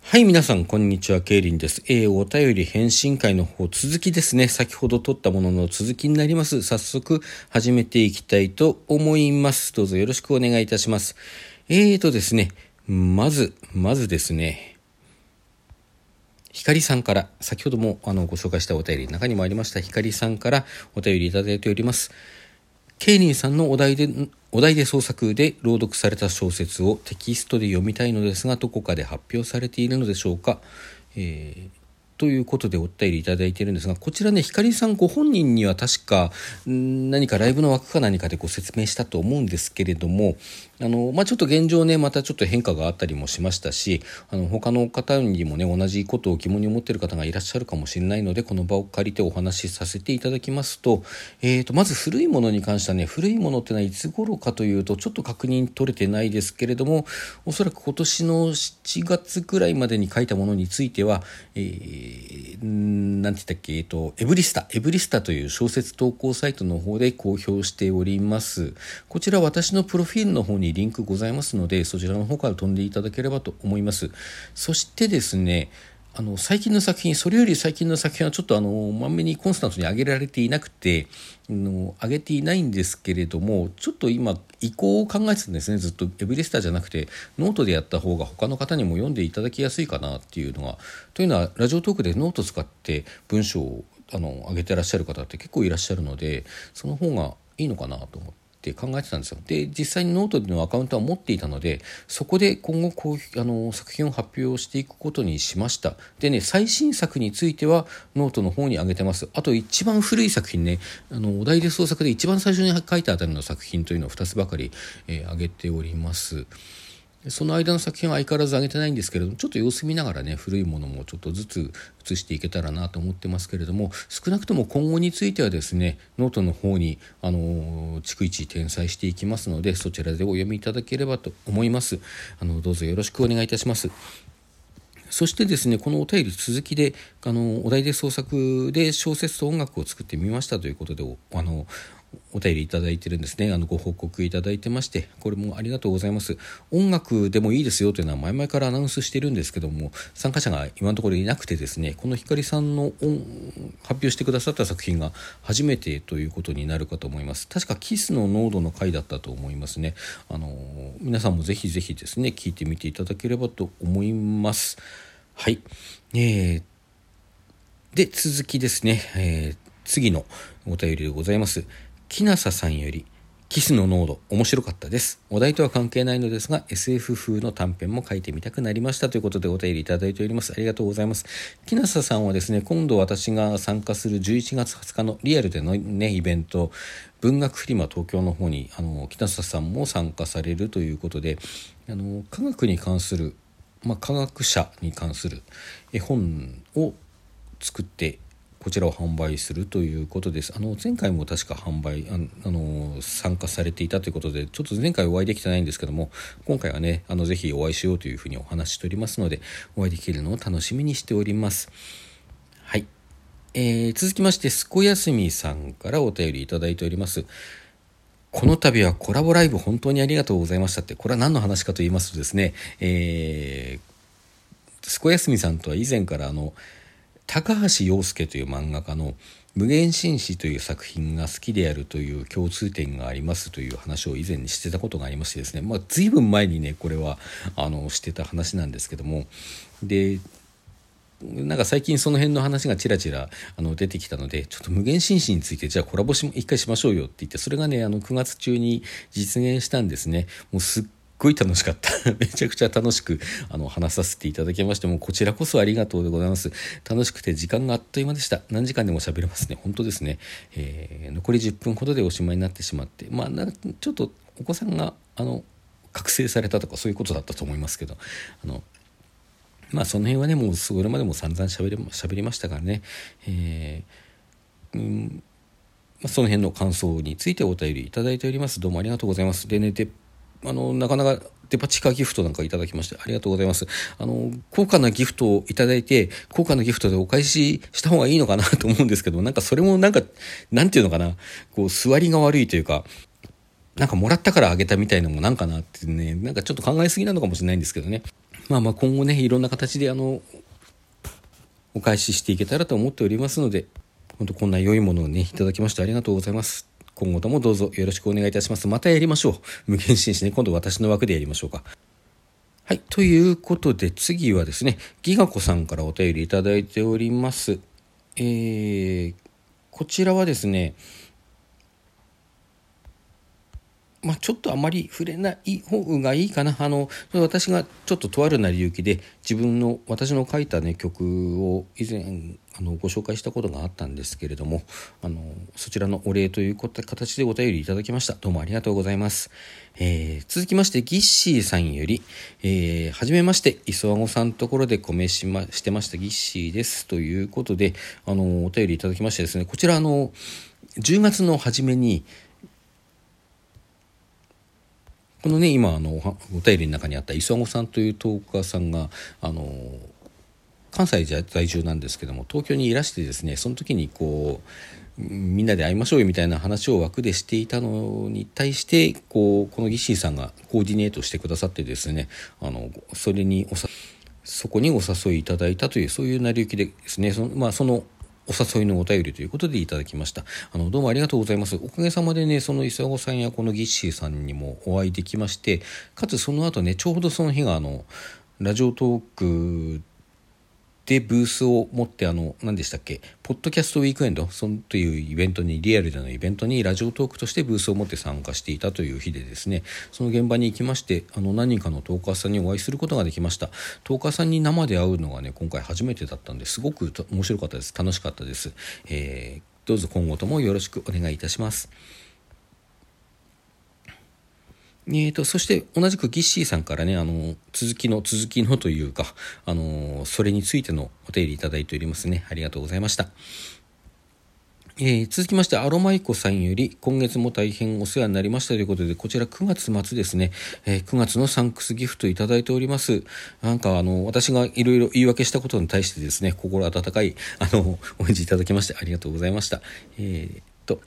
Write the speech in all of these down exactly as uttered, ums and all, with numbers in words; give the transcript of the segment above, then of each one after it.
はい、皆さん、こんにちは。ケイリンです。えー、お便り返信会の方、続きですね。先ほど撮ったものの続きになります。早速、始めていきたいと思います。どうぞよろしくお願いいたします。えーとですね、まず、まずですね、ひかりさんから、先ほどもあのご紹介したお便りの中にもありました、ひかりさんからお便りいただいております。ケイリンさんのお題で、お題で創作で朗読された小説をテキストで読みたいのですが、どこかで発表されているのでしょうか。えーということでお便りいただいているんですが、こちらね、ひかりさんご本人には確かん何かライブの枠か何かでご説明したと思うんですけれども、あの、まあ、ちょっと現状ね、またちょっと変化があったりもしましたし、あの他の方にもね、同じことを疑問に思っている方がいらっしゃるかもしれないので、この場を借りてお話しさせていただきますと、えーとまず古いものに関してはね、古いものってのはいつ頃かというとちょっと確認取れてないですけれども、おそらく今年のしちがつぐらいまでに書いたものについては、えー、なんて言ったっけ、えーとエブリスタエブリスタという小説投稿サイトの方で公表しております。こちら私のプロフィールの方にリンクございますので、そちらの方から飛んでいただければと思います。そしてですね、あの最近の作品、それより最近の作品はちょっとあのまめにコンスタントに上げられていなくて、あの上げていないんですけれども、ちょっと今移行を考えてたんですね。ずっとエブリスタじゃなくてノートでやった方が他の方にも読んでいただきやすいかなっていうのが、というのはラジオトークでノート使って文章をあの上げてらっしゃる方って結構いらっしゃるので、その方がいいのかなと思って考えてたんですよ。で、実際にノートでのアカウントは持っていたので、そこで今後こうあの作品を発表していくことにしました。でね、最新作についてはノートの方に上げてます。あと一番古い作品ね、あのお題で創作で一番最初に書いたあたりの作品というのをふたつばかり、えー、上げております。その間の作品は相変わらず上げてないんですけれども、ちょっと様子見ながらね、古いものもちょっとずつ移していけたらなと思ってますけれども、少なくとも今後についてはですね、ノートの方にあの逐一転載していきますので、そちらでお読みいただければと思います。あのどうぞよろしくお願いいたします。そしてですね、このお便り続きで、あのお題で創作で小説と音楽を作ってみましたということで、あのお便りいただいてるんですね。あのご報告いただいてまして、これもありがとうございます。音楽でもいいですよというのは前々からアナウンスしているんですけども、参加者が今のところいなくてですね、このひかりさんの音発表してくださった作品が初めてということになるかと思います。確かキスの濃度の回だったと思いますね。あの皆さんもぜひぜひですね、聞いてみていただければと思います。はい、えー、で続きですね、えー、次のお便りでございます。きなささんより、キスの濃度面白かったです。お題とは関係ないのですが エスエフ 風の短編も書いてみたくなりましたということでお便りいただいております。ありがとうございます。きなささんはですね、今度私が参加するじゅういちがつはつかのリアルでのねイベント、文学フリマ東京の方にあのきなささんも参加されるということで、あの科学に関する、まあ、科学者に関する絵本を作ってこちらを販売するということです。あの前回も確か販売ああの参加されていたということで、ちょっと前回お会いできてないんですけども、今回はね、あのぜひお会いしようというふうにお話ししておりますので、お会いできるのを楽しみにしております。はい、えー、続きましてすこやすみさんからお便りいただいております。この度はコラボライブ本当にありがとうございましたって、これは何の話かと言いますとですね、えー、すこやすみさんとは以前からあの高橋陽介という漫画家の無限紳士という作品が好きであるという共通点がありますという話を以前にしてたことがありましてですね、まあ随分前にねこれはあのしてた話なんですけども、でなんか最近その辺の話がちらちらあの出てきたので、ちょっと無限紳士についてじゃあコラボし一回しましょうよって言って、それがねあのくがつ中に実現したんですね。もうすっすごい楽しかっためちゃくちゃ楽しくあの話させていただきまして、もこちらこそありがとうでございます。楽しくて時間があっという間でした。何時間でも喋れますね、本当ですね。えー、残りじゅっぷんほどでおしまいになってしまって、まあなちょっとお子さんがあの覚醒されたとかそういうことだったと思いますけど、あのまあその辺はねもうそれまでも散々喋り喋りましたからね、えーうんまあ、その辺の感想についてお便りいただいております。どうもありがとうございます。でね、であのなかなかデパ地下ギフトなんかいただきましてありがとうございます。あの高価なギフトをいただいて、高価なギフトでお返しした方がいいのかなと思うんですけど、なんかそれもなんかなんていうのかな、こう座りが悪いというか、なんかもらったからあげたみたいのもなんかなってね、なんかちょっと考えすぎなのかもしれないんですけどね。 まあまあ今後ね、いろんな形であのお返ししていけたらと思っておりますので、本当こんな良いものをねいただきましてありがとうございます。今後ともどうぞよろしくお願いいたします。またやりましょう。無限紳士ね、今度私の枠でやりましょうか。はい、ということで次はですね、ギガ子さんからお便りいただいております。えー、こちらはですね、まあ、ちょっとあまり触れない方がいいかな。あの私がちょっととある成り行きで自分の私の書いた、ね、曲を以前あのご紹介したことがあったんですけれども、あのそちらのお礼という形でお便りいただきました。どうもありがとうございます。えー、続きましてギッシーさんより、えー、はじめまして磯和子さんのところでコメしましてましたギッシーですということで、あのお便りいただきましてですね、こちらあのじゅうがつの初めにこのね、今あのお便りの中にあった磯子さんというトーカーさんがあの関西在住なんですけども、東京にいらしてですね、その時にこうみんなで会いましょうよみたいな話を枠でしていたのに対して、こうこのギッシーさんがコーディネートしてくださってですね、あのそれにおさそこにお誘いいただいたという、そういう成り行きでですね、その、まあ、そのお誘いのお便りということでいただきました。あのどうもありがとうございます。おかげさまでね、その磯子さんやこのギッシーさんにもお会いできまして、かつその後ね、ちょうどその日があのラジオトークでブースを持って、あの何でしたっけ、ポッドキャストウィークエンドそのというイベントに、リアルでのイベントにラジオトークとしてブースを持って参加していたという日でですね、その現場に行きまして、あの何人かのトーカーさんにお会いすることができました。トーカーさんに生で会うのがね、今回初めてだったんですごく面白かったです。楽しかったです。えー、どうぞ今後ともよろしくお願いいたします。えー、とそして同じくギッシーさんからね、あの続きの続きのというか、あのそれについてのお便りいただいておりますね。ありがとうございました。えー、続きましてアロマイコさんより、今月も大変お世話になりましたということで、こちらくがつ末ですね、えー、くがつのサンクスギフトいただいております。なんかあの私がいろいろ言い訳したことに対してですね、心温かいあのお返事いただきましてありがとうございました。えー、っと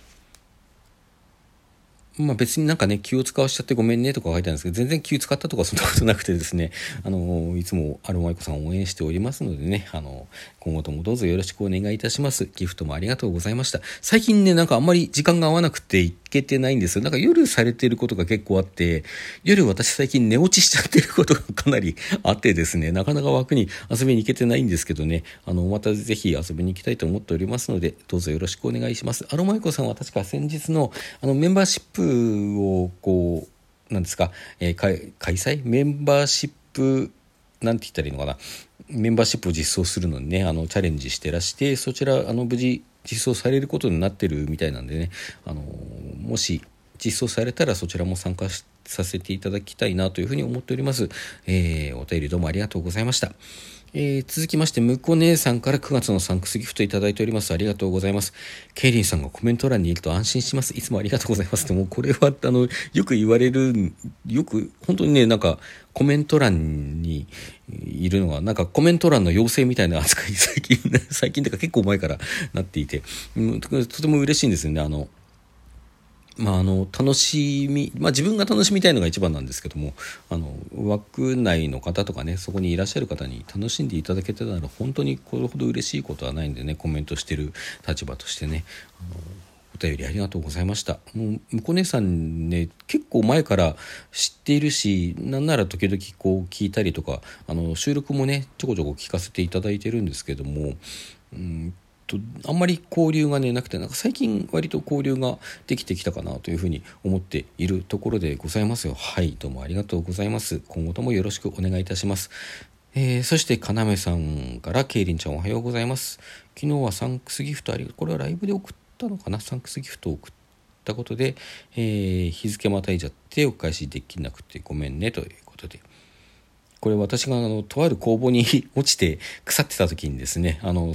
まあ、別になんかね、気を使わしちゃってごめんねとか書いてあるんですけど、全然気を使ったとかそんなことなくてですね、あのいつもアロマイコさんを応援しておりますのでね、あの今後ともどうぞよろしくお願いいたします。ギフトもありがとうございました。最近ね、なんかあんまり時間が合わなくて行けてないんですよ。なんか夜されてることが結構あって、夜私最近寝落ちしちゃってることがかなりあってですね、なかなか枠に遊びに行けてないんですけどね、あのまたぜひ遊びに行きたいと思っておりますので、どうぞよろしくお願いします。アロマイコさんは確か先日のあのメンバーシップをこうなんですか、えー、開催メンバーシップなんて言ったらいいのかな、メンバーシップを実装するのにね、あのチャレンジしてらして、そちらあの無事実装されることになってるみたいなんでね、あのもし実装されたらそちらも参加させていただきたいなというふうに思っております。えー、お便りどうもありがとうございました。えー、続きましてむこ姉さんからくがつのサンクスギフトいただいております。ありがとうございます。ケイリンさんがコメント欄にいると安心します。いつもありがとうございます。でもこれはあのよく言われる、よく本当にね、なんかコメント欄にいるのがなんかコメント欄の妖精みたいな扱い最近最近とか結構前からなっていて、とても嬉しいんですよね。あのまあ、あの楽しみ、まあ、自分が楽しみたいのが一番なんですけども、あの枠内の方とかね、そこにいらっしゃる方に楽しんでいただけたら本当にこれほど嬉しいことはないんでね、コメントしてる立場としてね、あのお便りありがとうございました。もうむこ姉さんね、結構前から知っているし、なんなら時々こう聞いたりとか、あの収録もねちょこちょこ聞かせていただいてるんですけども、うんあんまり交流がねなくて、なんか最近割と交流ができてきたかなというふうに思っているところでございますよ。はい、どうもありがとうございます。今後ともよろしくお願いいたします。えー、そしてかなめさんからケイリンちゃんおはようございます。昨日はサンクスギフトありがとう。これはライブで送ったのかな。サンクスギフトを送ったことで、えー、日付またいじゃってお返しできなくてごめんねということで、これ私があのとある工房に落ちて腐ってた時にですね、あのその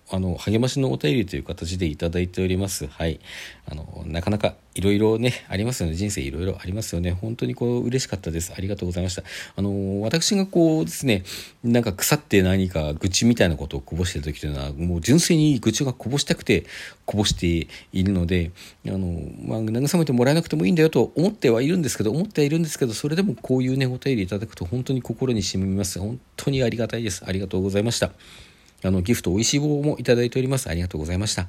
あの励ましのお便りという形でいただいております。はい、あのなかなかいろいろねありますよね。人生いろいろありますよね。本当にこう嬉しかったです。ありがとうございました。あの私がこうですね、なんか腐って何か愚痴みたいなことをこぼしてる時というのは、もう純粋に愚痴がこぼしたくてこぼしているので、あの、まあ、慰めてもらえなくてもいいんだよと思ってはいるんですけど思ってはいるんですけどそれでもこういうねお便りいただくと本当に心に染みます。本当にありがたいです。ありがとうございました。あのギフトおいしい棒もいただいております。ありがとうございました。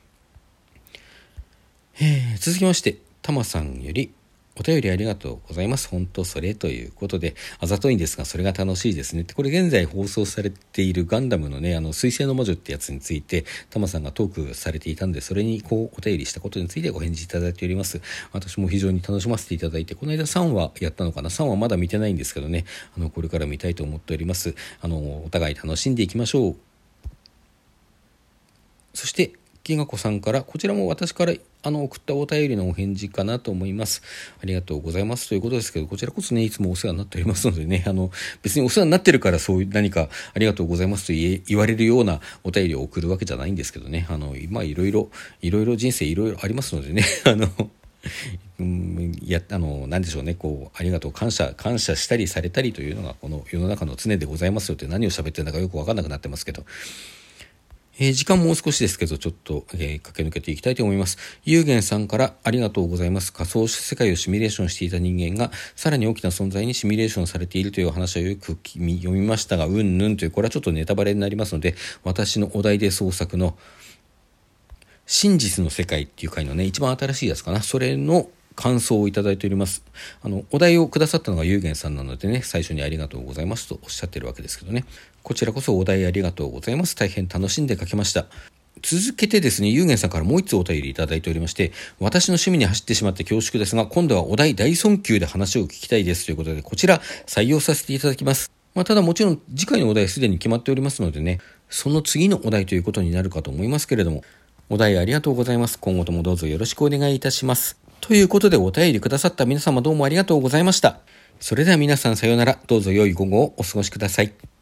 えー、続きましてたまさんよりお便りありがとうございます。本当それということで、あざといんですがそれが楽しいですねって、これ現在放送されているガンダムのね、あの水星の魔女ってやつについてタマさんがトークされていたんで、それにこうお便りしたことについてご返事いただいております。私も非常に楽しませていただいて、この間さんわやったのかな、さんわまだ見てないんですけどね、あのこれから見たいと思っております。あのお互い楽しんでいきましょう。そしてきがこさんから、こちらも私からあの送ったお便りのお返事かなと思います。ありがとうございますということですけど、こちらこそねいつもお世話になっておりますのでね、あの別にお世話になってるからそういう何かありがとうございますと言え言われるようなお便りを送るわけじゃないんですけどね、あの今いろいろいろいろ人生いろいろありますのでねあのうん、やあの何でしょうね、こうありがとう感謝感謝したりされたりというのがこの世の中の常でございますよって、何を喋ってるのかよく分かんなくなってますけど、えー、時間もう少しですけどちょっと、えー、駆け抜けていきたいと思います。ゆうげんさんからありがとうございます。仮想世界をシミュレーションしていた人間がさらに大きな存在にシミュレーションされているという話をよく読みましたが、うんぬんという、これはちょっとネタバレになりますので、私のお題で創作の真実の世界っていう回のね一番新しいやつかな、それの感想をいただいております。あのお題をくださったのがゆうげんさんなのでね、最初にありがとうございますとおっしゃってるわけですけどね、こちらこそお題ありがとうございます。大変楽しんで書けました。続けてですね、ゆうげんさんからもう一つお便りいただいておりまして、私の趣味に走ってしまって恐縮ですが、今度はお題大尊級で話を聞きたいですということで、こちら採用させていただきます。まあ、ただもちろん次回のお題はすでに決まっておりますのでね、その次のお題ということになるかと思いますけれども、お題ありがとうございます。今後ともどうぞよろしくお願いいたします。ということで、お便りくださった皆様どうもありがとうございました。それでは皆さんさようなら。どうぞ良い午後をお過ごしください。